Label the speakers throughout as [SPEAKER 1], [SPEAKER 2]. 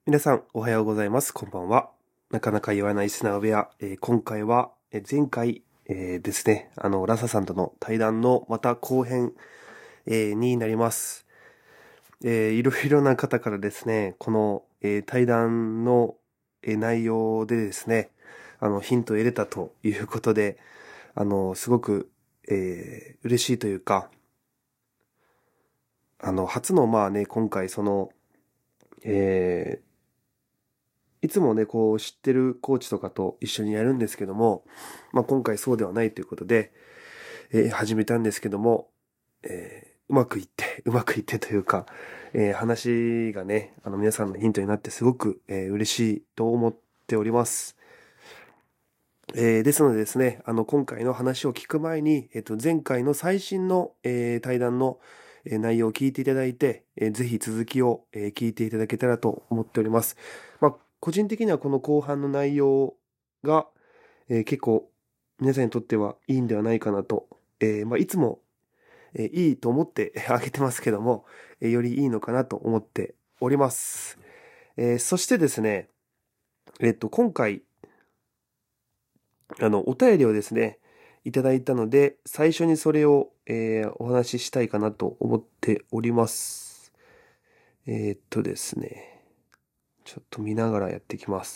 [SPEAKER 1] 皆さん、おはようございます。こんばんは。なかなか言わない素直部屋。今回は、前回、ですね、ラサさんとの対談のまた後編、になります。いろいろな方からですね、この、対談の、内容でですね、ヒントを得れたということで、すごく、嬉しいというか、初の、まあね、今回えいつもね、こう知ってるコーチとかと一緒にやるんですけども、まあ今回そうではないということで、始めたんですけども、うまくいってというか、話がね、皆さんのヒントになってすごく、嬉しいと思っております。ですのでですね、今回の話を聞く前に、前回の最新の、対談の、内容を聞いていただいて、ぜひ続きを、聞いていただけたらと思っております。まあ、個人的にはこの後半の内容が、結構皆さんにとってはいいんではないかなと、まあ、いつも、いいと思ってあげてますけども、よりいいのかなと思っております。そしてですね、今回、お便りをですね、いただいたので、最初にそれを、お話ししたいかなと思っております。ですね、ちょっと見ながらやっていきます。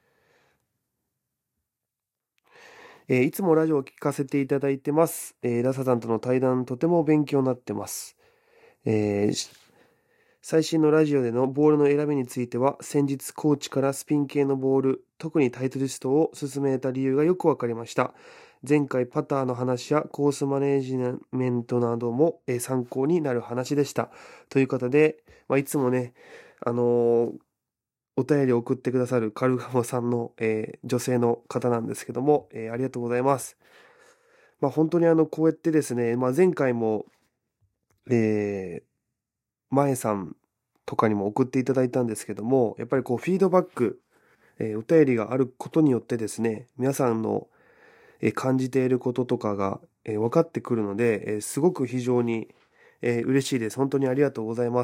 [SPEAKER 1] いつもラジオを聞かせていただいてます。ラサさんとの対談とても勉強になってます。えー最新のラジオでのボールの選びについては、先日コーチからスピン系のボール、特にタイトリストを進めた理由がよくわかりました。前回パターの話やコースマネージメントなども参考になる話でした。ということで、まあ、いつもね、あのーお便りを送ってくださるカルガモさんの、女性の方なんですけども、ありがとうございます。まあ、本当にこうやってですね、まあ、前回も、え前さんとかにも送っていただいたんですけども、やっぱりこうフィードバック、お便りがあることによってですね、皆さんの、感じていることとかが、分かってくるので、すごく非常に、嬉しいです。本当にありがとうございます。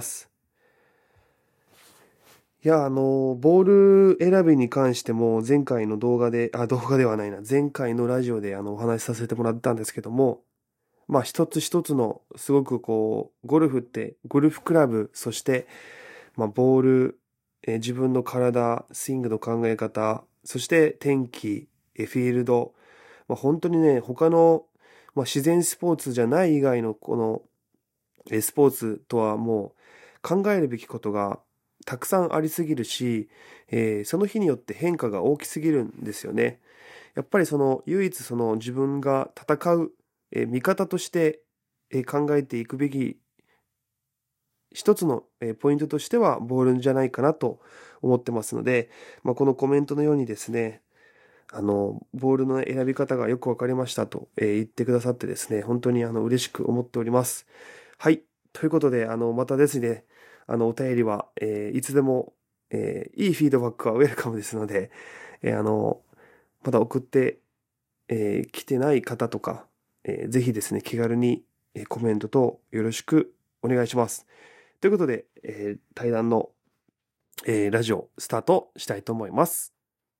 [SPEAKER 1] いや、ボール選びに関しても前回の動画ではないな、前回のラジオでお話しさせてもらったんですけども、まあ一つ一つのすごくこう、ゴルフクラブ、そしてまあ、ボール、自分の体、スイングの考え方、そして天気、フィールド、まあ、本当にね、他の、まあ、自然スポーツじゃない以外のこの、スポーツとはもう考えるべきことがたくさんありすぎるし、その日によって変化が大きすぎるんですよね。やっぱりその唯一その自分が戦う、味方として、考えていくべき一つのポイントとしてはボールじゃないかなと思ってますので、まあ、このコメントのようにですね、ボールの選び方がよくわかりましたと、言ってくださってですね、本当に嬉しく思っております。はい。ということで、またですね、お便りは、いつでも、いいフィードバックはウェルカムですので、えーあの、まだ送って、来てない方とか、ぜひですね、気軽に、コメントとよろしくお願いします。ということで、対談の、ラジオスタートしたいと思います。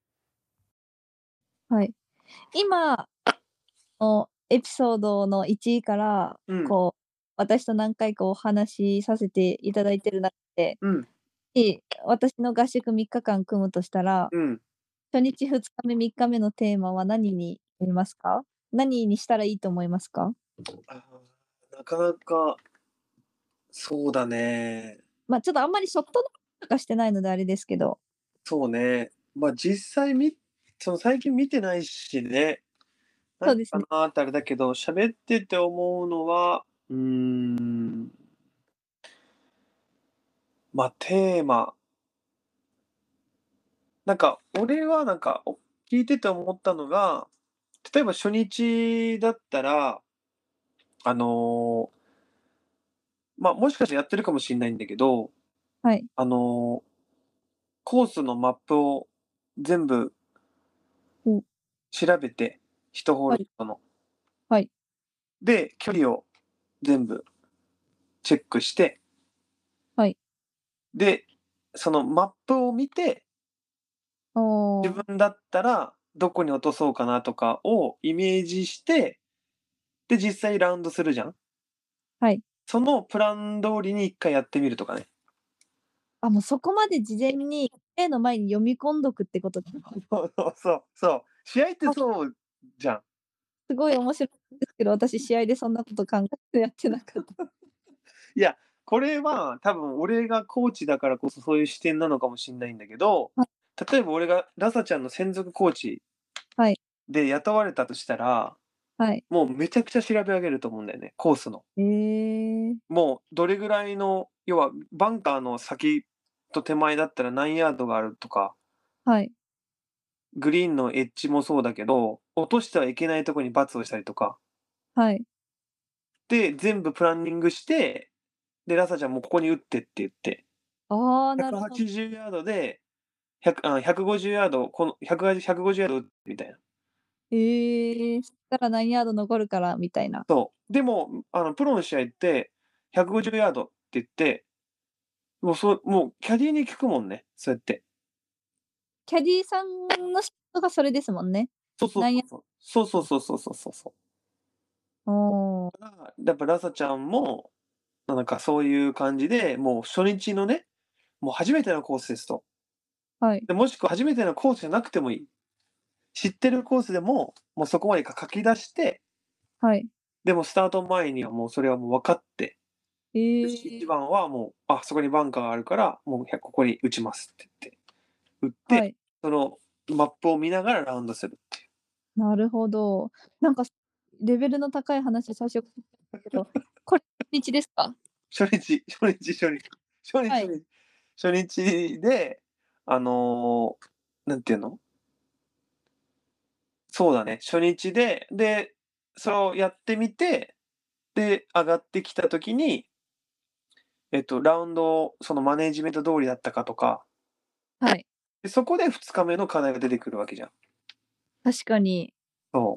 [SPEAKER 2] はい。今のエピソードの1位から、
[SPEAKER 1] うん、
[SPEAKER 2] こう、私と何回かお話しさせていただいてる中で、
[SPEAKER 1] うん、
[SPEAKER 2] 私の合宿3日間組むとしたら、
[SPEAKER 1] うん。
[SPEAKER 2] 初日、2日目、3日目のテーマは何になりますか？何にしたらいいと思いますか？
[SPEAKER 1] なかなか、そうだね。
[SPEAKER 2] ま、ちょっとあんまりショットとかしてないのであれですけど。
[SPEAKER 1] そうね。ま、実際最近見てないしね、何か
[SPEAKER 2] そうですね。
[SPEAKER 1] なってあれだけど、喋ってて思うのは、ま、テーマ、俺は聞いてて思ったのが、例えば初日だったら、あの、ま、もしかしたらやってるかもしんないんだけど、
[SPEAKER 2] はい。
[SPEAKER 1] あの、コースのマップを全部
[SPEAKER 2] うん、
[SPEAKER 1] 調べて、1ホー
[SPEAKER 2] はい、
[SPEAKER 1] ルごとの。
[SPEAKER 2] はい、
[SPEAKER 1] で、距離を全部チェックして、
[SPEAKER 2] はい、
[SPEAKER 1] で、 そのマップを見て、自
[SPEAKER 2] おお、
[SPEAKER 1] 分だったらどこに落とそうかなとかをイメージして、で、実際ラウンドするじゃん。
[SPEAKER 2] はい。
[SPEAKER 1] そのプラン通りに1回やってみるとかね。
[SPEAKER 2] あ、もうそこまで事前に例の前に読み込んどくってことですか？
[SPEAKER 1] そうそうそう、そう。試合って
[SPEAKER 2] あ、
[SPEAKER 1] そうじゃん。
[SPEAKER 2] すごい面白いですけど、私試合でそんなこと考えてやってなかった。
[SPEAKER 1] いや、これは多分俺がコーチだからこそそういう視点なのかもしんないんだけど、
[SPEAKER 2] は
[SPEAKER 1] 例えば俺がラサちゃんの専属コーチ
[SPEAKER 2] はい、
[SPEAKER 1] で雇われたとしたら、
[SPEAKER 2] はい。
[SPEAKER 1] もうめちゃくちゃ調べ上げると思うんだよね、コースの。
[SPEAKER 2] ええ、
[SPEAKER 1] もうどれぐらいの、要はバンカーの先と手前だったら何ヤードがあるとか、
[SPEAKER 2] はい、
[SPEAKER 1] グリーンのエッジもそうだけど、落としてはいけないとこに×をしたりとか、
[SPEAKER 2] はい。
[SPEAKER 1] で、全部プランニングして、で、ラサちゃんもうここに打ってって言って、
[SPEAKER 2] ああ、なるほど。
[SPEAKER 1] 180ヤードで、150ヤード、この150ヤード打ってみたいな。
[SPEAKER 2] ええ、そしたら何ヤード残るからみたいな。
[SPEAKER 1] そう。でも、プロの試合って150ヤードって言って、もうキャディーに聞くもんね、そうやって。
[SPEAKER 2] キャディーさんの仕事がそれですもんね。
[SPEAKER 1] そうそう
[SPEAKER 2] なんや
[SPEAKER 1] そうそう。そうそうそうそうそうそうそう。
[SPEAKER 2] おお、
[SPEAKER 1] だから、やっぱラサちゃんも、なんかそういう感じで、もう初日のね、もう初めてのコースですと。
[SPEAKER 2] はい、
[SPEAKER 1] で、もしくは初めてのコースじゃなくてもいい。知ってるコースでも、もうそこまで書き出して、
[SPEAKER 2] はい。
[SPEAKER 1] でもスタート前にはもうそれはもう分かって、よし、1
[SPEAKER 2] ええ、
[SPEAKER 1] 番はもう、あ、そこにバンカーがあるから、もうここに打ちますって言って、打って、
[SPEAKER 2] はい、
[SPEAKER 1] そのマップを見ながらラウンドするっていう。
[SPEAKER 2] なるほど。なんかレベルの高い話最初からけど、これ日ですか？はい、
[SPEAKER 1] 初日で、あの、なんていうの、そうだね、初日で、で、それをやってみて、で、上がってきた時に、ラウンド、そのマネージメント通りだったかとか、
[SPEAKER 2] はい。
[SPEAKER 1] で、そこで2日目の課題が出てくるわけじゃん。
[SPEAKER 2] 確かに。
[SPEAKER 1] そう。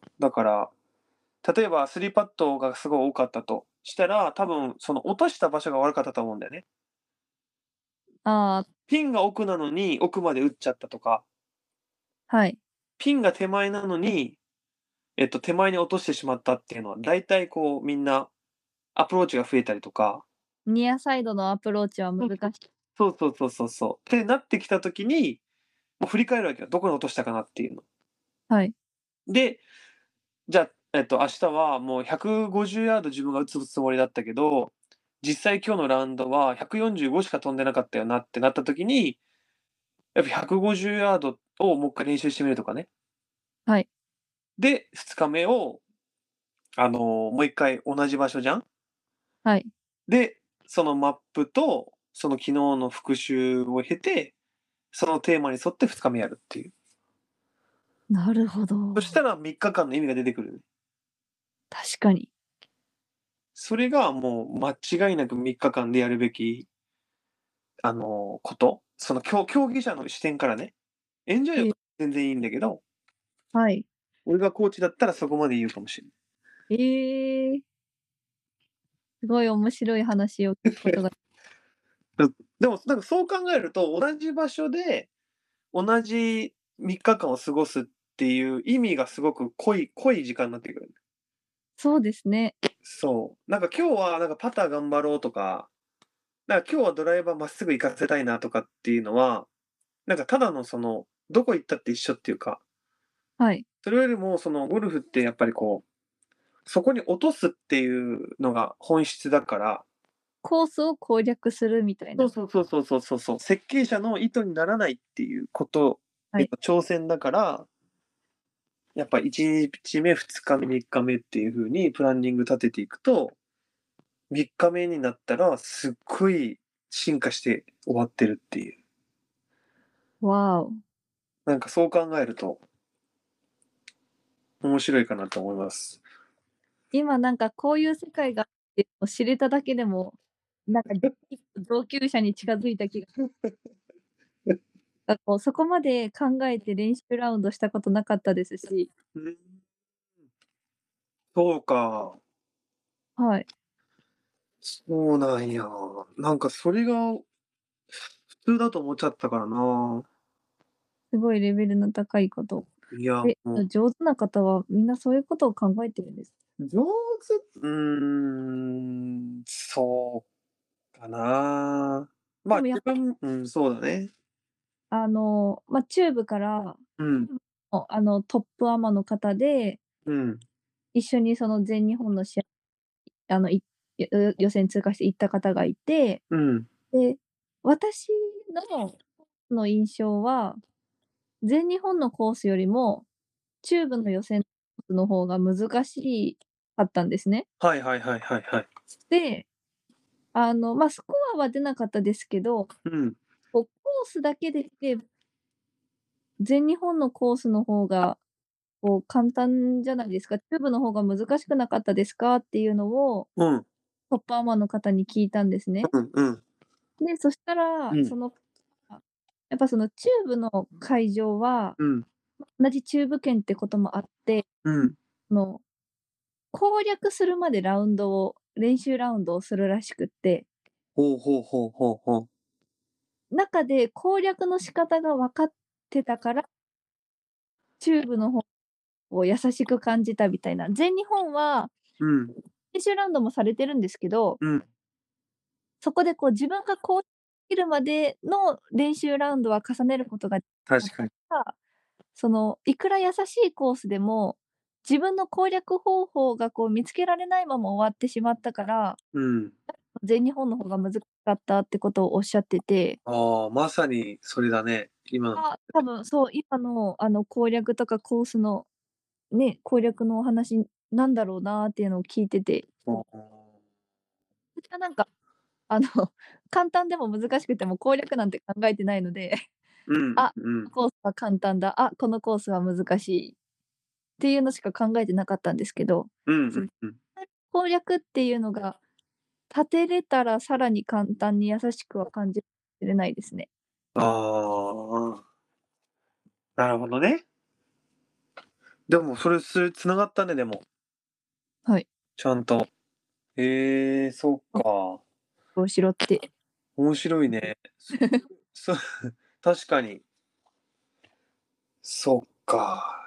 [SPEAKER 1] だから、例えばスリーパットがすごい多かったとしたら、多分その落とした場所が悪かったと思うんだよね。
[SPEAKER 2] ああ、
[SPEAKER 1] ピンが奥なのに奥まで打っちゃったとか、
[SPEAKER 2] はい。
[SPEAKER 1] ピンが手前なのに、手前に落としてしまったっていうのは、大体こうみんなアプローチが増えたりとか、
[SPEAKER 2] ニアサイドのアプローチは難しい。
[SPEAKER 1] そうそうそうそうそう。ってなってきた時に、もう振り返るわけよ。どこに落としたかなっていうの。
[SPEAKER 2] はい、
[SPEAKER 1] で、じゃあ、明日はもう150ヤード自分が打つつもりだったけど、実際今日のラウンドは145しか飛んでなかったよなってなった時に、やっぱ150ヤードをもう一回練習してみるとかね。
[SPEAKER 2] はい、
[SPEAKER 1] で、2日目を、もう一回同じ場所じゃん。
[SPEAKER 2] はい。
[SPEAKER 1] で、そのマップと、その昨日の復習を経て、そのテーマに沿って2日目やるっていう。
[SPEAKER 2] なるほど。
[SPEAKER 1] そしたら3日間の意味が出てくる。
[SPEAKER 2] 確かに。
[SPEAKER 1] それがもう間違いなく3日間でやるべき、こと。その競技者の視点からね。エンジョイは
[SPEAKER 2] え、
[SPEAKER 1] 全然いいんだけど、
[SPEAKER 2] はい。
[SPEAKER 1] 俺がコーチだったらそこまで言うかもしれない。
[SPEAKER 2] ええ、すごい面白い話を聞くことが
[SPEAKER 1] でも、なんかそう考えると、同じ場所で、同じ3日間を過ごすっていう意味がすごく濃い時間になってくる。
[SPEAKER 2] そうですね。
[SPEAKER 1] そう。なんか今日はなんかパター頑張ろうとか、なんか今日はドライバーまっすぐ行かせたいなとかっていうのは、なんかただのその、どこ行ったって一緒っていうか、
[SPEAKER 2] はい。
[SPEAKER 1] それよりもそのゴルフってやっぱりこう、そこに落とすっていうのが本質だから、
[SPEAKER 2] コースを攻略するみたいな。
[SPEAKER 1] そうそうそうそうそうそうそう、設計者の意図にならないっていうこと
[SPEAKER 2] はい。
[SPEAKER 1] への挑戦だから、やっぱ1日目、2日目、3日目っていう風にプランニング立てていくと、3日目になったらすっごい進化して終わってるっていう。
[SPEAKER 2] わお。
[SPEAKER 1] なんかそう考えると面白いかなと思います。
[SPEAKER 2] 今なんかこういう世界があるっていうのを知れただけでも、なんか上級者に近づいた気がこう、そこまで考えて練習ラウンドしたことなかったですし、
[SPEAKER 1] うん、そうか。
[SPEAKER 2] はい。
[SPEAKER 1] そうなんや。なんかそれが普通だと思っちゃったからな。
[SPEAKER 2] すごいレベルの高いこと。
[SPEAKER 1] いや、も
[SPEAKER 2] 上手な方はみんなそういうことを考えてるんです。
[SPEAKER 1] う、上手そうかな。まあ、
[SPEAKER 2] でもやっぱり、
[SPEAKER 1] そうだね。
[SPEAKER 2] チューブから
[SPEAKER 1] うん、
[SPEAKER 2] トップアマの方で、
[SPEAKER 1] うん、
[SPEAKER 2] 一緒にその全日本のあの、い予選通過して行った方がいて、
[SPEAKER 1] うん。
[SPEAKER 2] で、私の印象は、全日本のコースよりも、チューブの予選コースの方が難しかったんですね。
[SPEAKER 1] はいはいはいはいはい。
[SPEAKER 2] で、スコアは出なかったですけど、
[SPEAKER 1] うん、
[SPEAKER 2] コースだけで全日本のコースの方が、簡単じゃないですか、チューブの方が難しくなかったですかっていうのを、
[SPEAKER 1] うん、
[SPEAKER 2] トップアマの方に聞いたんですね。
[SPEAKER 1] うん、うん、
[SPEAKER 2] で、そしたら、
[SPEAKER 1] うん、
[SPEAKER 2] やっぱそのチューブの会場は、
[SPEAKER 1] うん、
[SPEAKER 2] 同じ中部圏ってこともあって、
[SPEAKER 1] うん。
[SPEAKER 2] その、攻略するまで練習ラウンドをするらしくって、
[SPEAKER 1] ほうほうほうほうほう。
[SPEAKER 2] 中で攻略の仕方が分かってたから、チューブの方を優しく感じたみたいな。全日本は
[SPEAKER 1] うん、
[SPEAKER 2] 練習ラウンドもされてるんですけど、
[SPEAKER 1] うん、
[SPEAKER 2] そこで自分がこうできるまでの練習ラウンドは重ねることができなかっ
[SPEAKER 1] 確かに。
[SPEAKER 2] たら、いくら優しいコースでも、自分の攻略方法が見つけられないまま終わってしまったから、
[SPEAKER 1] うん。
[SPEAKER 2] 全日本の方が難しかったってことをおっしゃってて、
[SPEAKER 1] ああ、まさにそれだね、今の。
[SPEAKER 2] 多分そう、今の攻略とかコースのね、攻略のお話なんだろうなっていうのを聞いてて、私はなんか、あの、簡単でも難しくても攻略なんて考えてないので、
[SPEAKER 1] うん、
[SPEAKER 2] あ、
[SPEAKER 1] うん、
[SPEAKER 2] このコースは簡単だ、あ、このコースは難しいっていうのしか考えてなかったんですけど、
[SPEAKER 1] うん、う
[SPEAKER 2] その
[SPEAKER 1] ん、うん。
[SPEAKER 2] 攻略っていうのが立てれたらさらに簡単に優しくは感じれないですね。
[SPEAKER 1] ああ、なるほどね。でも、それ繋がったね、でも、
[SPEAKER 2] はい。
[SPEAKER 1] ちゃんと。へえ、そっ
[SPEAKER 2] あ、
[SPEAKER 1] か。
[SPEAKER 2] お城って。
[SPEAKER 1] 面白いね。そ確かに。そっか。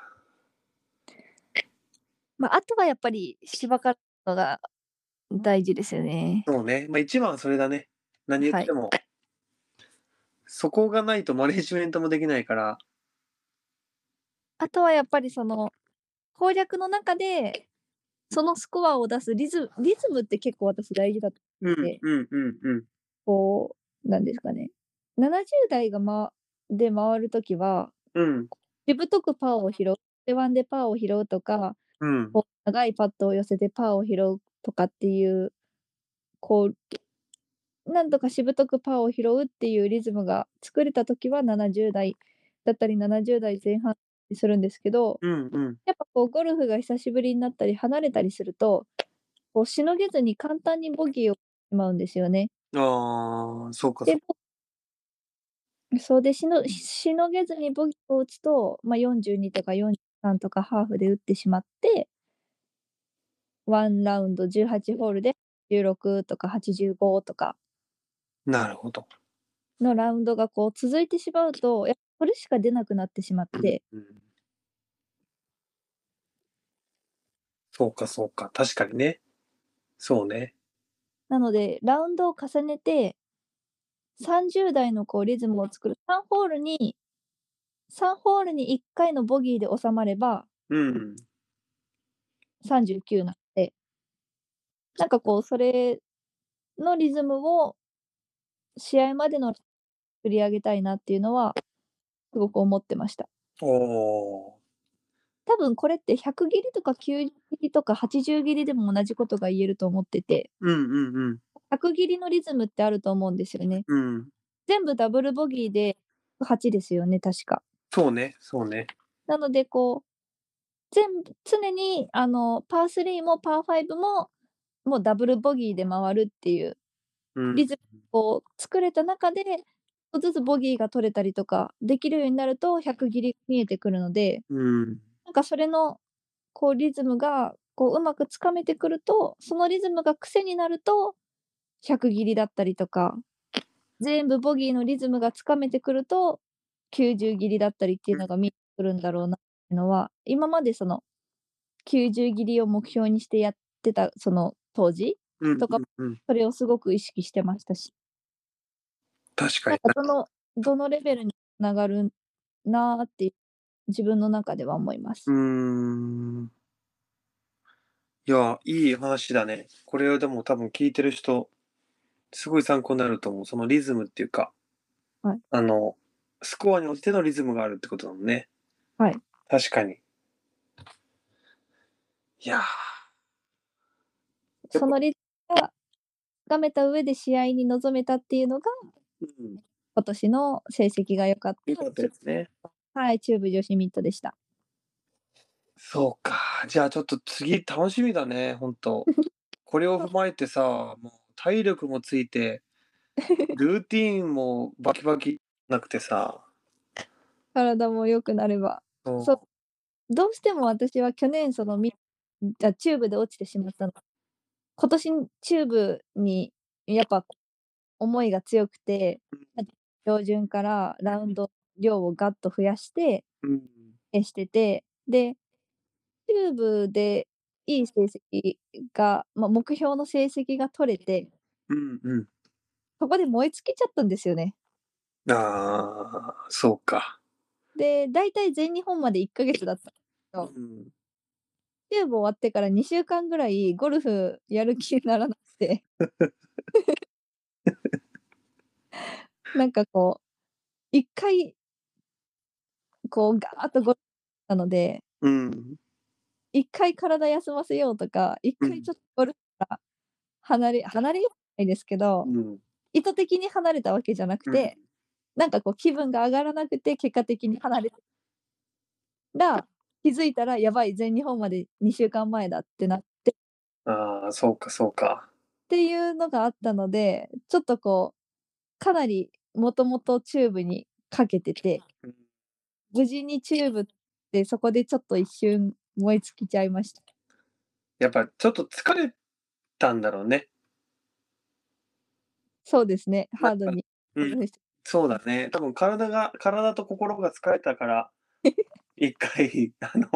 [SPEAKER 2] あとはやっぱり芝刈るのが大事ですよね。
[SPEAKER 1] そうね、一番はそれだね。何言っ
[SPEAKER 2] はい。
[SPEAKER 1] ても。そこがないとマネージメントもできないから。
[SPEAKER 2] あとはやっぱり攻略の中で、そのスコアを出すリズムって結構私大事だと
[SPEAKER 1] うん、
[SPEAKER 2] 思って、
[SPEAKER 1] うんうんうん。
[SPEAKER 2] なんですかね、70代で回る時は、
[SPEAKER 1] うん、
[SPEAKER 2] しぶとくパーを拾う、手腕でパーを拾うとか、
[SPEAKER 1] うん。
[SPEAKER 2] 長いパットを寄せてパーを拾うとかっていう、こう、なんとかしぶとくパーを拾うっていうリズムが作れた時は70代だったり70代前半にするんですけど、
[SPEAKER 1] うんうん。
[SPEAKER 2] やっぱゴルフが久しぶりになったり離れたりすると、しのげずに簡単にボギーをしまうんですよね。
[SPEAKER 1] ああ、そうか
[SPEAKER 2] で、
[SPEAKER 1] そう。
[SPEAKER 2] そうで、しのげずにボギーを打つと、42とか43とかハーフで打ってしまって、ワンラウンド18ホールで16とか85とか
[SPEAKER 1] なるほど。
[SPEAKER 2] のラウンドが続いてしまうと、これしか出なくなってしまっ
[SPEAKER 1] うん、
[SPEAKER 2] て、
[SPEAKER 1] うん。そうかそうか、確かにね。そうね。
[SPEAKER 2] なので、ラウンドを重ねて、30代のリズムを作る、3ホールに1回のボギーで収まれば、
[SPEAKER 1] うん。
[SPEAKER 2] 39なんで、なんかそれのリズムを試合までの作り上げたいなっていうのはすごく思ってました。
[SPEAKER 1] おお。
[SPEAKER 2] 多分これって100切りとか90切りとか80切りでも同じことが言えると思ってて、
[SPEAKER 1] うんうんうん。
[SPEAKER 2] 100切りのリズムってあると思うんですよね。
[SPEAKER 1] うん。
[SPEAKER 2] 全部ダブルボギーで8ですよね、確か。
[SPEAKER 1] そうね、そうね。
[SPEAKER 2] なので常にパー3もパー5も、もうダブルボギーで回るっていう
[SPEAKER 1] うん。
[SPEAKER 2] リズムを作れた中で、1個ずつボギーが取れたりとかできるようになると100切り見えてくるので、
[SPEAKER 1] うん。
[SPEAKER 2] なんかそれのリズムがうまくつかめてくると、そのリズムが癖になると100切りだったりとか全部ボギーのリズムがつかめてくると、90切りだったりっていうのが見えてくるんだろうなっていうのは、今までその90切りを目標にしてやってたその当時
[SPEAKER 1] うん
[SPEAKER 2] とか、
[SPEAKER 1] うんうん。
[SPEAKER 2] それをすごく意識してましたし、
[SPEAKER 1] 確かに。
[SPEAKER 2] なんかどのレベルに繋がるなって自分の中では思いま
[SPEAKER 1] うー
[SPEAKER 2] す。
[SPEAKER 1] ん。いや、いい話だね。これをでも多分聞いてる人、すごい参考になると思う。そのリズムっていうか、
[SPEAKER 2] はい、
[SPEAKER 1] あの、スコアに応じてのリズムがあるってことだもんね。
[SPEAKER 2] はい。
[SPEAKER 1] 確かに。いやー、やっぱ
[SPEAKER 2] そのリズムが掴めた上で試合に臨めたっていうのが、
[SPEAKER 1] うん、
[SPEAKER 2] 今年の成績が良かっ
[SPEAKER 1] 良かった
[SPEAKER 2] た
[SPEAKER 1] ですね。
[SPEAKER 2] はい、中部女子ミットでした。
[SPEAKER 1] そうか。じゃあちょっと次楽しみだね、ほんと。これを踏まえてさ、もう体力もついて、ルーティーンもバキバキなくてさ、
[SPEAKER 2] 体も良くなれば。そう、
[SPEAKER 1] そ
[SPEAKER 2] どうしても私は去年そのチューブで落ちてしまったの。今年チューブにやっぱ思いが強くて、
[SPEAKER 1] う、
[SPEAKER 2] 上旬からラウンド量をガッと増やして
[SPEAKER 1] うん、
[SPEAKER 2] してて、で、チューブでいい成績が、目標の成績が取れて、
[SPEAKER 1] うんうん。
[SPEAKER 2] そこで燃え尽きちゃったんですよね。
[SPEAKER 1] ああ、そうか。
[SPEAKER 2] で、だいたい全日本まで1ヶ月だったんですけど、
[SPEAKER 1] うん。
[SPEAKER 2] チューブ終わってから2週間ぐらいゴルフやる気にならなくて、なんかこう、1回こうガーッとゴルフしたので、
[SPEAKER 1] うん、
[SPEAKER 2] 1回体休ませようとか、1
[SPEAKER 1] うん、
[SPEAKER 2] 回ちょっとゴルフから離れようないですけど、
[SPEAKER 1] うん、
[SPEAKER 2] 意図的に離れたわけじゃなく
[SPEAKER 1] うん。
[SPEAKER 2] て、なんかこう気分が上がらなくて、結果的に離れたら、気づいたらやばい、全日本まで2週間前だってなってっ
[SPEAKER 1] ああ、そうかそうか。
[SPEAKER 2] ていうのがあったので、ちょっとこう、かなりもともとチューブにかけてて、
[SPEAKER 1] うん。
[SPEAKER 2] 無事にチューブってそこでちょっと一瞬燃え尽きちゃいました。
[SPEAKER 1] やっぱちょっと疲れたんだろうね。
[SPEAKER 2] そうですね、
[SPEAKER 1] なんか
[SPEAKER 2] ハードに
[SPEAKER 1] うん、
[SPEAKER 2] ゴルフして
[SPEAKER 1] そうだね。多分体と心が疲れたから、一回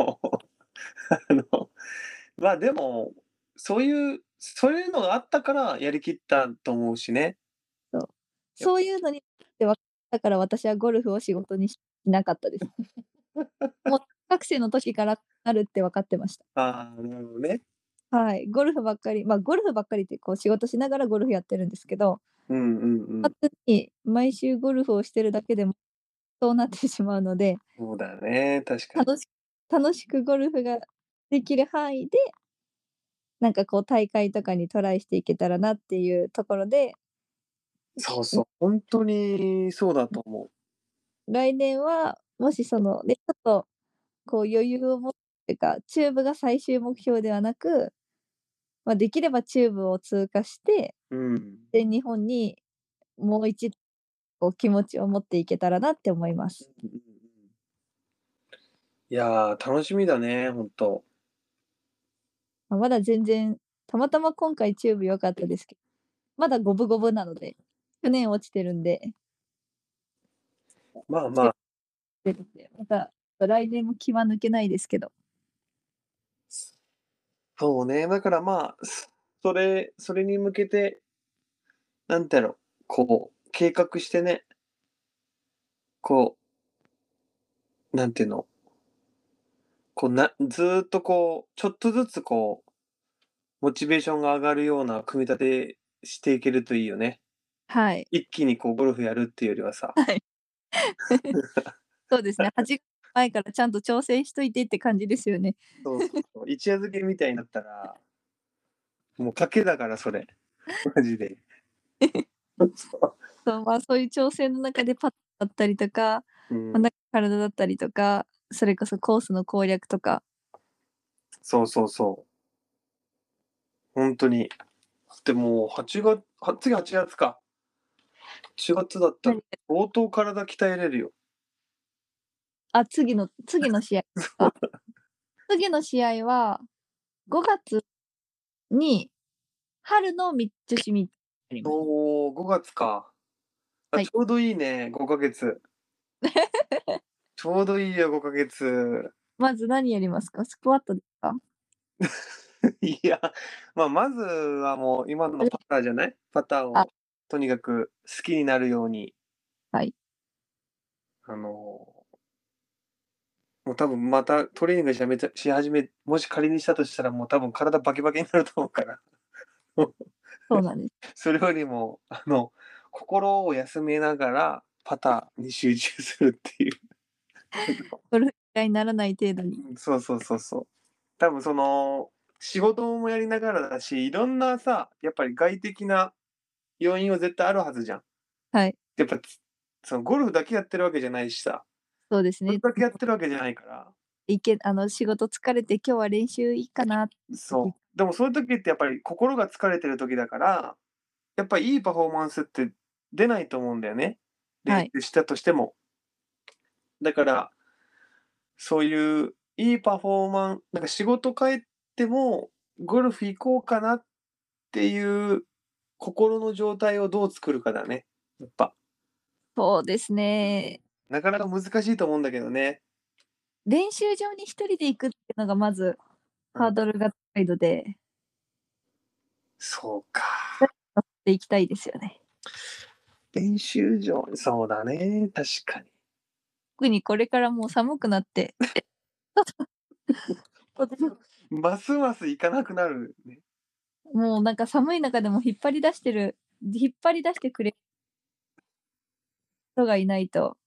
[SPEAKER 1] の、でも、そういうのがあったからやりきったと思うしね。
[SPEAKER 2] そう。
[SPEAKER 1] やっ
[SPEAKER 2] そういうのにって分かったから私はゴルフを仕事にしなかったです。もう学生の時からなるって分かってました。
[SPEAKER 1] ああ、なるほどね。
[SPEAKER 2] はい、ゴルフばっかりってこう仕事しながらゴルフやってるんですけど、
[SPEAKER 1] うんうんうん。
[SPEAKER 2] 勝手に毎週ゴルフをしてるだけでもそうなってしまうので、
[SPEAKER 1] そうだよね、確かに。
[SPEAKER 2] 楽し楽しくゴルフができる範囲で、なんかこう大会とかにトライしていけたらなっていうところで、ん、
[SPEAKER 1] そうそう、ほんとにそうだと思う。
[SPEAKER 2] 来年はもしそのね、ちょっとこう余裕を持ってか、チューブが最終目標ではなく、できればチューブを通過して、
[SPEAKER 1] うん。
[SPEAKER 2] 全日本にもう一度こう気持ちを持っていけたらなって思います。
[SPEAKER 1] うんうんうん。いや、楽しみだね、ほんと。
[SPEAKER 2] まだ全然、たまたま今回チューブ良かったですけど、まだ五分五分なので、去年落ちてるんで、
[SPEAKER 1] まあまあ、
[SPEAKER 2] チューブ出てて、また来年も気は抜けないですけど。
[SPEAKER 1] そうね、だからまあ、それに向けて、なんだろう、こう、計画してね、こなんていうの、ずーっとこう、ちょっとずつこう、モチベーションが上がるような組み立てしていけるといいよね。
[SPEAKER 2] はい。
[SPEAKER 1] 一気にこうゴルフやるっていうよりはさ。
[SPEAKER 2] はい。そうですね、8前からちゃんと調整しといてって感じですよね。
[SPEAKER 1] そうそうそう、一夜漬けみたいになったら、もう賭けだからそれ、マジで。そ
[SPEAKER 2] そう、そういう調整の中でパットだったりとか、
[SPEAKER 1] う。うん、
[SPEAKER 2] 体だったりとか、それこそコースの攻略とか、
[SPEAKER 1] そうそうそう。ほんとに。でも次8月か。8月だったら、
[SPEAKER 2] 何
[SPEAKER 1] 相当体鍛えれるよ。
[SPEAKER 2] 次の試合か。次の試合は5月に春の女子ミットあります。
[SPEAKER 1] おお、5月か。 あ、
[SPEAKER 2] はい。
[SPEAKER 1] ちょうどいいね、5ヶ月。ちょうどいいよ、5ヶ月。
[SPEAKER 2] まず何やりますか？スクワットですか？
[SPEAKER 1] いや、まずはもう今のパターじゃない？パター
[SPEAKER 2] あ、
[SPEAKER 1] をとにかく好きになるように、
[SPEAKER 2] はい。
[SPEAKER 1] あの、もう多分またトレーニングし始めもし仮にしたとしたら、もう多分体バキバキになると思うから。
[SPEAKER 2] そうなんです。
[SPEAKER 1] それよりも、心を休めながらパターに集中するっていう。
[SPEAKER 2] ゴルフ嫌いにならない程度に。
[SPEAKER 1] うん、そうそうそうそう。多分仕事もやりながらだし、いろんなさ、やっぱり外的な要因は絶対あるはずじゃん。
[SPEAKER 2] はい。
[SPEAKER 1] やっぱ、そのゴルフだけやってるわけじゃないしさ、
[SPEAKER 2] そうですね。
[SPEAKER 1] それだけやってるわけじゃないから、
[SPEAKER 2] 仕事疲れて今日は練習いいかなって時。
[SPEAKER 1] そう。でもそういう時ってやっぱり心が疲れてる時だから、やっぱりいいパフォーマンスって出ないと思うんだよね。
[SPEAKER 2] はい。
[SPEAKER 1] 練習したとしても。だから、そういういいパフォーマンなんか仕事帰っても、ゴルフ行こうかなっていう心の状態をどう作るかだね、やっぱ。
[SPEAKER 2] そうですね。
[SPEAKER 1] なかなか難しいと思うんだけどね。
[SPEAKER 2] 練習場に一人で行くっていうのがまず
[SPEAKER 1] うん、
[SPEAKER 2] ハードルが高いので、
[SPEAKER 1] そうか。
[SPEAKER 2] 誰かと行きたいですよね。
[SPEAKER 1] 練習場、そうだね、確かに。
[SPEAKER 2] 特にこれからもう寒くなって、
[SPEAKER 1] ますます行かなくなるね。
[SPEAKER 2] もうなんか寒い中でも引っ張り出してくれる人がいないと、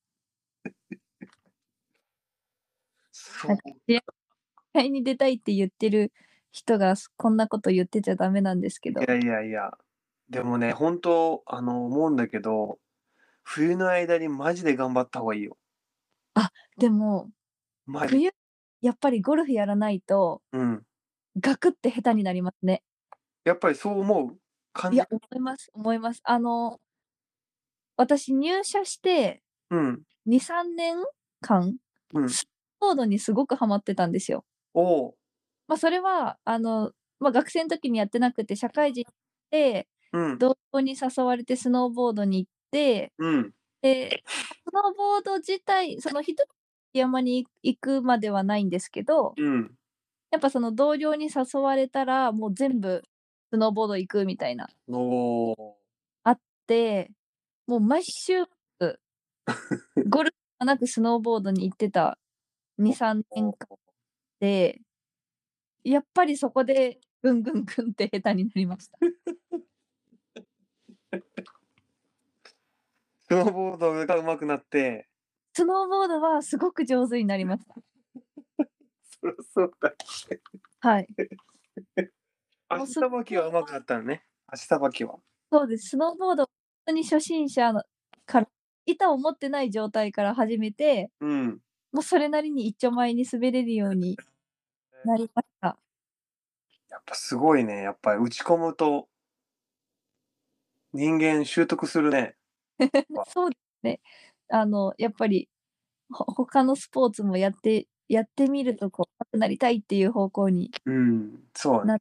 [SPEAKER 2] なんか
[SPEAKER 1] そう。
[SPEAKER 2] 試合に出たいって言ってる人がこんなこと言ってちゃダメなんですけど。
[SPEAKER 1] いやいやいや。でもね、本当思うんだけど、冬の間にマジで頑張った方がいいよ。
[SPEAKER 2] あ、でも、
[SPEAKER 1] マジ。
[SPEAKER 2] 冬、やっぱりゴルフやらないと、
[SPEAKER 1] うん。
[SPEAKER 2] ガクって下手になりますね。
[SPEAKER 1] やっぱりそう思う？感じる？
[SPEAKER 2] いや、思います思います。私入社して
[SPEAKER 1] うん、
[SPEAKER 2] 2、3年間、
[SPEAKER 1] うん。
[SPEAKER 2] スノーボードにすごくハマってたんですよ。
[SPEAKER 1] おお、
[SPEAKER 2] それは、学生ん時にやってなくて、社会人で、
[SPEAKER 1] うん、
[SPEAKER 2] 同僚に誘われてスノーボードに行って、
[SPEAKER 1] うん、
[SPEAKER 2] で、スノーボード自体、その一人で山に行くまではないんですけど、
[SPEAKER 1] うん。
[SPEAKER 2] やっぱその同僚に誘われたら、もう全部スノーボード行くみたいな、
[SPEAKER 1] おお。
[SPEAKER 2] あって、もう毎週末、ゴルフはなくスノーボードに行ってた2、3年間で、やっぱりそこでぐんぐんぐんって下手になりました。
[SPEAKER 1] スノーボードが上手くなって、
[SPEAKER 2] スノーボードはすごく上手になりました。
[SPEAKER 1] そりゃそうだ。
[SPEAKER 2] はい。もう
[SPEAKER 1] 足さばきは上手くなったのね。足さばきは。
[SPEAKER 2] そうです。スノーボード、ほんとに初心者のから板を持ってない状態から始めて、
[SPEAKER 1] うん。
[SPEAKER 2] もうそれなりに一丁前に滑れるようになりました。
[SPEAKER 1] やっぱすごいね。やっぱり打ち込むと人間習得するね。
[SPEAKER 2] そうですね。やっぱり、他のスポーツもやってみるとこう上手くなりたいっていう方向に
[SPEAKER 1] うん、そうね。
[SPEAKER 2] なって、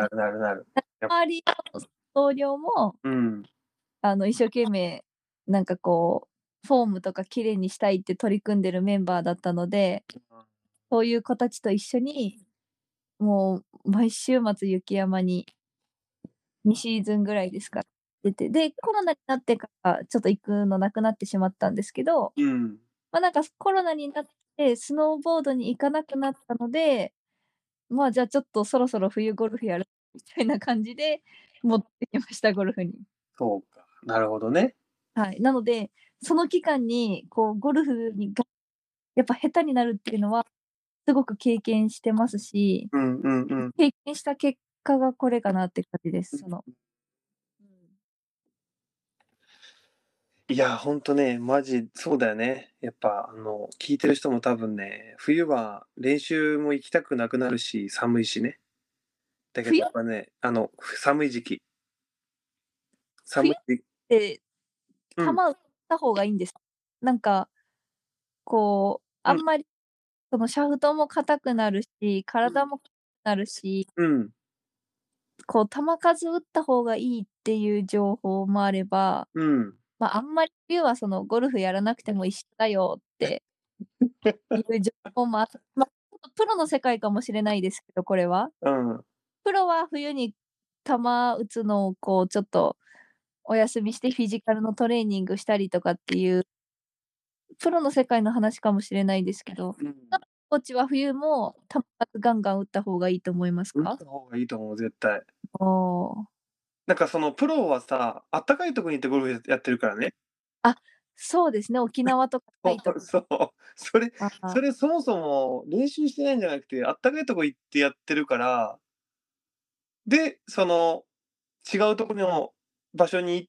[SPEAKER 1] なるなるなるなる。やっ
[SPEAKER 2] 周りの同僚も、
[SPEAKER 1] うん。
[SPEAKER 2] 一生懸命なんかこう、フォームとか綺麗にしたいって取り組んでるメンバーだったので、そういう子たちと一緒に、もう毎週末雪山に2シーズンぐらいですか、出て、で、コロナになってからちょっと行くのなくなってしまったんですけど、
[SPEAKER 1] うん。
[SPEAKER 2] なんかコロナになってスノーボードに行かなくなったので、じゃあちょっとそろそろ冬ゴルフやるみたいな感じで持ってきました、ゴルフに。
[SPEAKER 1] そうか。なるほどね。
[SPEAKER 2] はい。なので、その期間にこうゴルフにやっぱ下手になるっていうのはすごく経験してますし、
[SPEAKER 1] うんうんうん。
[SPEAKER 2] 経験した結果がこれかなって感じです。うん。
[SPEAKER 1] いや、ほんとね、マジそうだよね。やっぱ聞いてる人も多分ね、冬は練習も行きたくなくなるし、寒いしね。だけど
[SPEAKER 2] 冬っ
[SPEAKER 1] やっぱね、寒い時期寒
[SPEAKER 2] 冬っ
[SPEAKER 1] い時
[SPEAKER 2] て
[SPEAKER 1] うん、
[SPEAKER 2] 球打った方がいいんです。なんか、こう、
[SPEAKER 1] うん、
[SPEAKER 2] あんまりそのシャフトも硬くなるし、体も硬くなるし、
[SPEAKER 1] うん、
[SPEAKER 2] こう球数打った方がいいっていう情報もあれば、
[SPEAKER 1] うん。
[SPEAKER 2] まあ、あんまり冬はそのゴルフやらなくても一緒だよっていう情報もまあ、ちょっとプロの世界かもしれないですけど、これは。
[SPEAKER 1] うん。
[SPEAKER 2] プロは冬に球打つのをこうちょっとお休みしてフィジカルのトレーニングしたりとかっていう、プロの世界の話かもしれないですけど、
[SPEAKER 1] うん。
[SPEAKER 2] コーチは冬も球数ガンガン打った方がいいと思いますか？
[SPEAKER 1] 打った方がいいと思う、絶対。
[SPEAKER 2] ああ。
[SPEAKER 1] なんかそのプロはさ、あったかいとこに行ってゴルフやってるからね。
[SPEAKER 2] あ、そうですね、沖縄とかタイとか。
[SPEAKER 1] そう。それ
[SPEAKER 2] ああ、
[SPEAKER 1] それそもそも練習してないんじゃなくて、あったかいとこ行ってやってるから、で、その違うとこの場所に行って、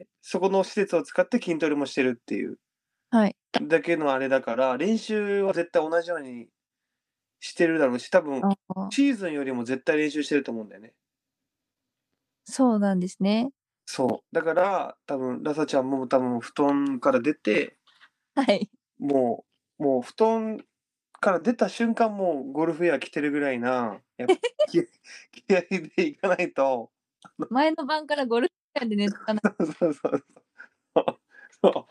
[SPEAKER 1] そこの施設を使って筋トレもしてるっていう
[SPEAKER 2] はい。
[SPEAKER 1] だけのあれだから、練習は絶対同じようにしてるだろうし、多分
[SPEAKER 2] ああ、
[SPEAKER 1] シーズンよりも絶対練習してると思うんだよね。
[SPEAKER 2] そうなんですね。
[SPEAKER 1] そう。だから、多分ラサちゃんも多分布団から出て、
[SPEAKER 2] はい。
[SPEAKER 1] もう布団から出た瞬間、もうゴルフウェア着てるぐらいな、やっぱ、気合いでいかないと、
[SPEAKER 2] 前の晩からゴルフウェアで寝とかない。
[SPEAKER 1] そうそうそう。そう。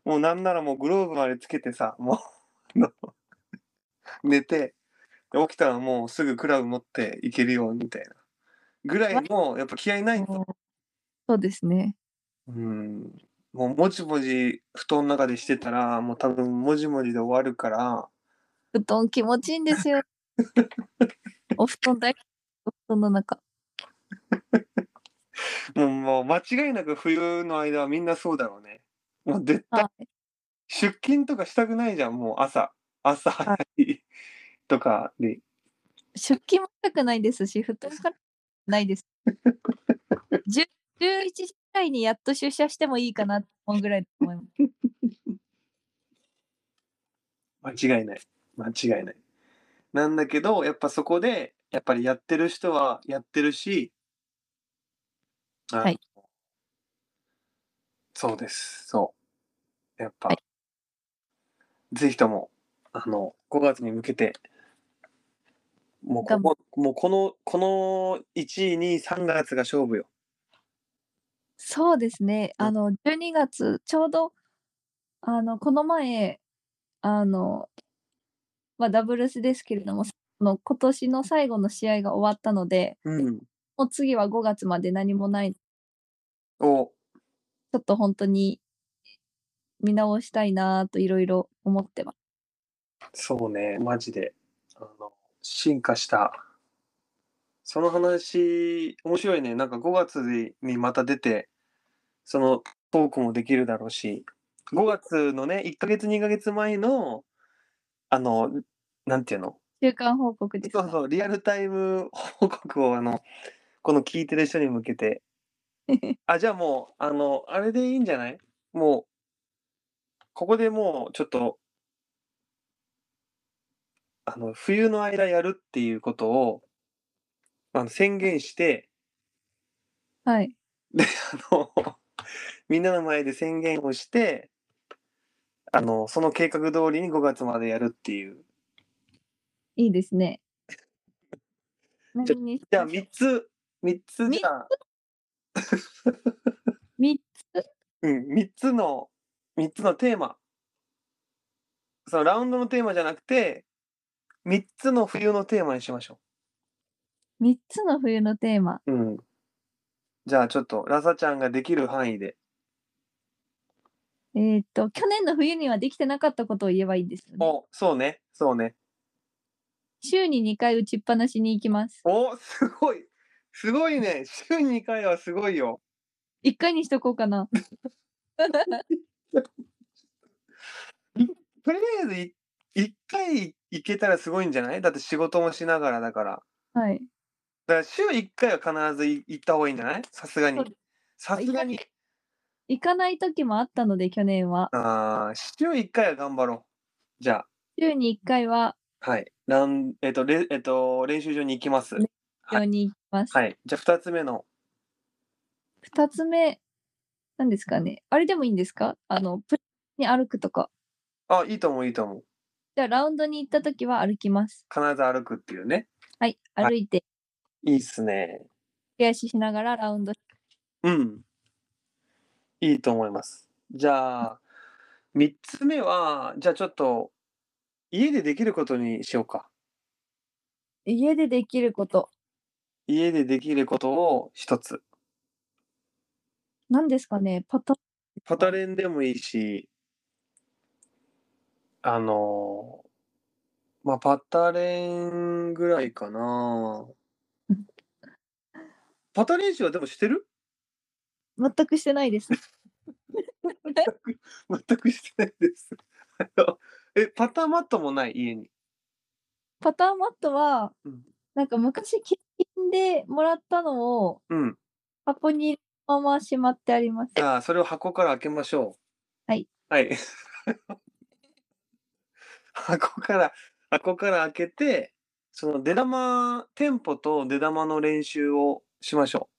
[SPEAKER 1] もうなんならもうグローブまでつけてさ、もう、寝て、で起きたらもうすぐクラブ持っていけるよみたいな。ぐらいのやっぱ気合いないと、
[SPEAKER 2] おお、そうですね。
[SPEAKER 1] うん、もうもじもじ布団の中でしてたら、もう多分もじもじで終わるから、
[SPEAKER 2] 布団気持ちいいんですよ。お布団大好き、お布団の中。
[SPEAKER 1] もう間違いなく冬の間はみんなそうだろうね。もう絶対
[SPEAKER 2] はい、
[SPEAKER 1] 出勤とかしたくないじゃん、もう朝早
[SPEAKER 2] はい。
[SPEAKER 1] いとかで。
[SPEAKER 2] 出勤もしたくないですし、布団からないです。11時ぐらいにやっと出社してもいいかなと思うぐらいだと思います。
[SPEAKER 1] 間違いない。間違いない。なんだけど、やっぱそこで、やっぱりやってる人はやってるし、あ、
[SPEAKER 2] はい、
[SPEAKER 1] そうです。そう。やっ
[SPEAKER 2] はい。
[SPEAKER 1] ぱ、ぜひとも、5月に向けて、
[SPEAKER 2] がん
[SPEAKER 1] もうこの1位、2位、3月が勝負よ。
[SPEAKER 2] そうですね、
[SPEAKER 1] うん。
[SPEAKER 2] 12月、ちょうど、この前、あの、ま、ダブルスですけれども、今年の最後の試合が終わったので、
[SPEAKER 1] うん。
[SPEAKER 2] もう次は5月まで何もない、ち
[SPEAKER 1] お、
[SPEAKER 2] ょっとほんとに見直したいなと色々思ってます。
[SPEAKER 1] そうね、マジで。あの、進化したその話、面白いね。なんか5月にまた出て、そのトークもできるだろうし、5月のね、1ヶ月、2ヶ月前の、あの、なんていうの、
[SPEAKER 2] 中間報告ですか？
[SPEAKER 1] そうそう、リアルタイム報告をこの聞いてる人に向けて、あ、じゃあもう、あれでいいんじゃない？もう、ここでもうちょっと、冬の間やるっていうことを、宣言して、
[SPEAKER 2] はい、
[SPEAKER 1] で、みんなの前で宣言をして、その計画通りに5月までやるっていう。
[SPEAKER 2] いいですね。
[SPEAKER 1] じゃ
[SPEAKER 2] 何にし
[SPEAKER 1] じゃあ
[SPEAKER 2] ましょ
[SPEAKER 1] 3つ3つ
[SPEAKER 2] う。
[SPEAKER 1] じゃあ、
[SPEAKER 2] 3つ？
[SPEAKER 1] うん、3つのテーマ、そのラウンドのテーマじゃなくて、3つの冬のテーマにしましょ
[SPEAKER 2] 3つの冬のテーマ。
[SPEAKER 1] う。うん。じゃあちょっと、ラサちゃんができる範囲で。
[SPEAKER 2] 去年の冬にはできてなかったことを言えばいいんですよね。
[SPEAKER 1] そうね、そうね。
[SPEAKER 2] 週に2回打ちっぱなしに行きます。
[SPEAKER 1] すごい。すごいね。週に2回はすごいよ。
[SPEAKER 2] 1回にしとこうかな。
[SPEAKER 1] とりあえず1回行けたらすごいんじゃない？だって仕事もしながらだから。
[SPEAKER 2] はい。
[SPEAKER 1] だから週1回は必ず行った方がいいんじゃない？さすがに。
[SPEAKER 2] そうです。
[SPEAKER 1] さすがに。
[SPEAKER 2] 行かない時もあったので、去年は。
[SPEAKER 1] ああ、週1回は頑張ろう。じゃ
[SPEAKER 2] 週に1回は
[SPEAKER 1] あ、はい。練習場に行きます。
[SPEAKER 2] 練
[SPEAKER 1] はい。
[SPEAKER 2] 習に行きます。
[SPEAKER 1] はい。じゃあ2つ目の、
[SPEAKER 2] 2つ目、なんですかね。あれでもいいんですか？に歩くとか。
[SPEAKER 1] あ、いいと思ういいと思う。
[SPEAKER 2] じゃあラウンドに行った時は歩きます。
[SPEAKER 1] 必ず歩くっていうね。
[SPEAKER 2] はい、
[SPEAKER 1] はい。
[SPEAKER 2] 歩いて、
[SPEAKER 1] いいっすね。
[SPEAKER 2] 手足しながらラウンド。
[SPEAKER 1] うん、いいと思います。 じゃあ、3つ目は、じゃあちょっと、家でできることにしようか。
[SPEAKER 2] 家でできること、
[SPEAKER 1] 家でできることを1つ。
[SPEAKER 2] 何ですかね、パターンです
[SPEAKER 1] パタ
[SPEAKER 2] か？
[SPEAKER 1] レンでもいいし、あの、パタレンぐらいかな。パタレン師はでもしてる？
[SPEAKER 2] 全くしてないです。
[SPEAKER 1] 全くしてないです。パターマットもない？家に。
[SPEAKER 2] パターマットは、
[SPEAKER 1] うん。
[SPEAKER 2] なんか昔寄付金でもらったのを
[SPEAKER 1] うん。
[SPEAKER 2] 箱に入れたまましまってあります。
[SPEAKER 1] じゃあ、それを箱から開けましょ
[SPEAKER 2] はい。
[SPEAKER 1] う。はい。箱から開けて、そのテンポと出玉の練習をしましょ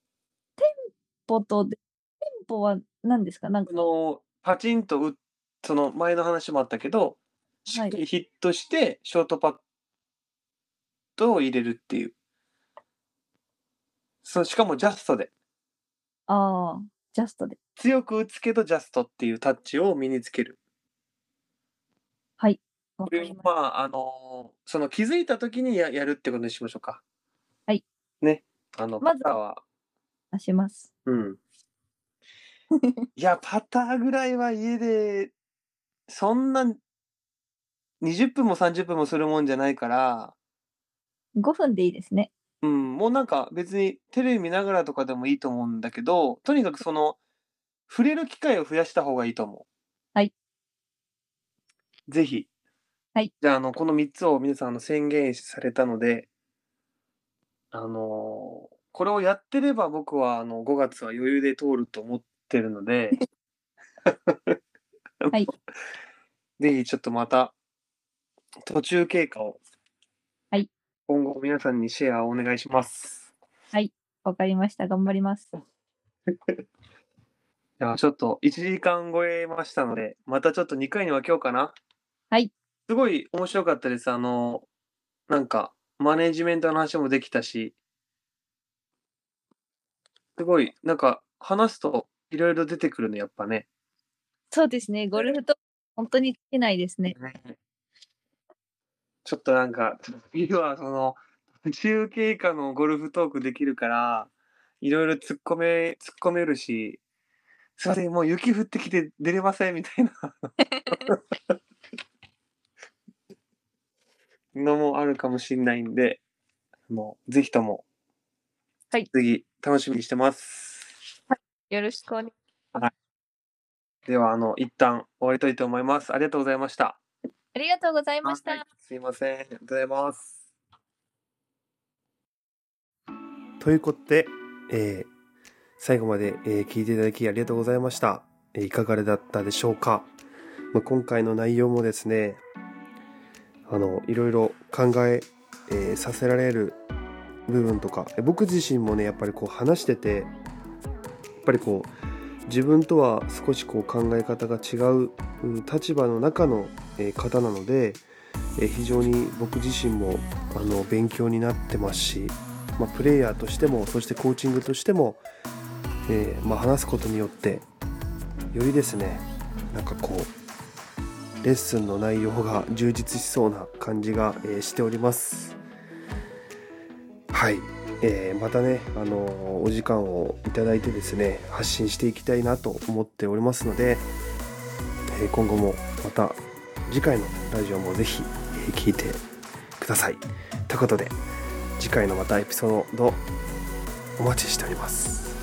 [SPEAKER 2] テンポは何ですか？なん
[SPEAKER 1] う。
[SPEAKER 2] か
[SPEAKER 1] パチンとその前の話もあったけど、しっ
[SPEAKER 2] はい。
[SPEAKER 1] かりヒットしてショートパットを入れるっていう。しかもジャストで。
[SPEAKER 2] ああ、ジャストで。
[SPEAKER 1] 強く打つけどジャストっていうタッチを身につける。
[SPEAKER 2] はい、わ
[SPEAKER 1] これを
[SPEAKER 2] かりました。
[SPEAKER 1] その気づいた時にやるってことにしましょうか。
[SPEAKER 2] はい、
[SPEAKER 1] ね。パ
[SPEAKER 2] まず
[SPEAKER 1] ターは、
[SPEAKER 2] 出します。
[SPEAKER 1] うん。いや、パターぐらいは家で、そんな20分も30分もするもんじゃないから、
[SPEAKER 2] 5分でいいですね。
[SPEAKER 1] うん、もうなんか別にテレビ見ながらとかでもいいと思うんだけど、とにかく触れる機会を増やした方がいいと思
[SPEAKER 2] はい、
[SPEAKER 1] う。ぜひ。
[SPEAKER 2] はい、
[SPEAKER 1] じゃあ、この3つを皆さん宣言されたので、これをやってれば僕は5月は余裕で通ると思ってるので、
[SPEAKER 2] はい、
[SPEAKER 1] ぜひちょっとまた途中経過を
[SPEAKER 2] はい、
[SPEAKER 1] 今後皆さんにシェアをお願いします。
[SPEAKER 2] はい、わかりました。頑張ります。
[SPEAKER 1] じゃあちょっと1時間超えましたので、またちょっと2回に分けようかな。
[SPEAKER 2] はい、
[SPEAKER 1] すごい面白かったです。なんか、マネジメントの話もできたし、すごい、なんか、話すといろいろ出てくるね、やっぱね。
[SPEAKER 2] そうですね、ゴルフとほんとに尽きないですね。
[SPEAKER 1] ね。ちょっとなんか、次は途中経過のゴルフトークできるから、いろいろ突っ込めるし、すいません、もう雪降ってきて出れませんみたいなのもあるかもしんないんで、もうぜひとも
[SPEAKER 2] はい、
[SPEAKER 1] 次楽しみにしてます。
[SPEAKER 2] よろしくおね
[SPEAKER 1] はい。では、一旦終わりたいと思います。ありがとうございました。
[SPEAKER 2] ありがとうございま
[SPEAKER 1] はい、
[SPEAKER 2] した。
[SPEAKER 1] すいません。ありがとうございます。ということで、最後まで、聞いていただきありがとうございました。いかがだったでしょうか。今回の内容もですね、いろいろ考えさせられる部分とか、僕自身もね、やっぱりこう話してて、やっぱりこう自分とは少しこう考え方が違う立場の中の方なので、非常に僕自身も勉強になってますし、プレイヤーとしても、そしてコーチングとしても、話すことによってよりですね、なんかこうレッスンの内容が充実しそうな感じが、しております。はい、またね、お時間をいただいてですね、発信していきたいなと思っておりますので、今後もまた次回のラジオもぜひ聞いてください。ということで、次回のまたエピソードお待ちしております。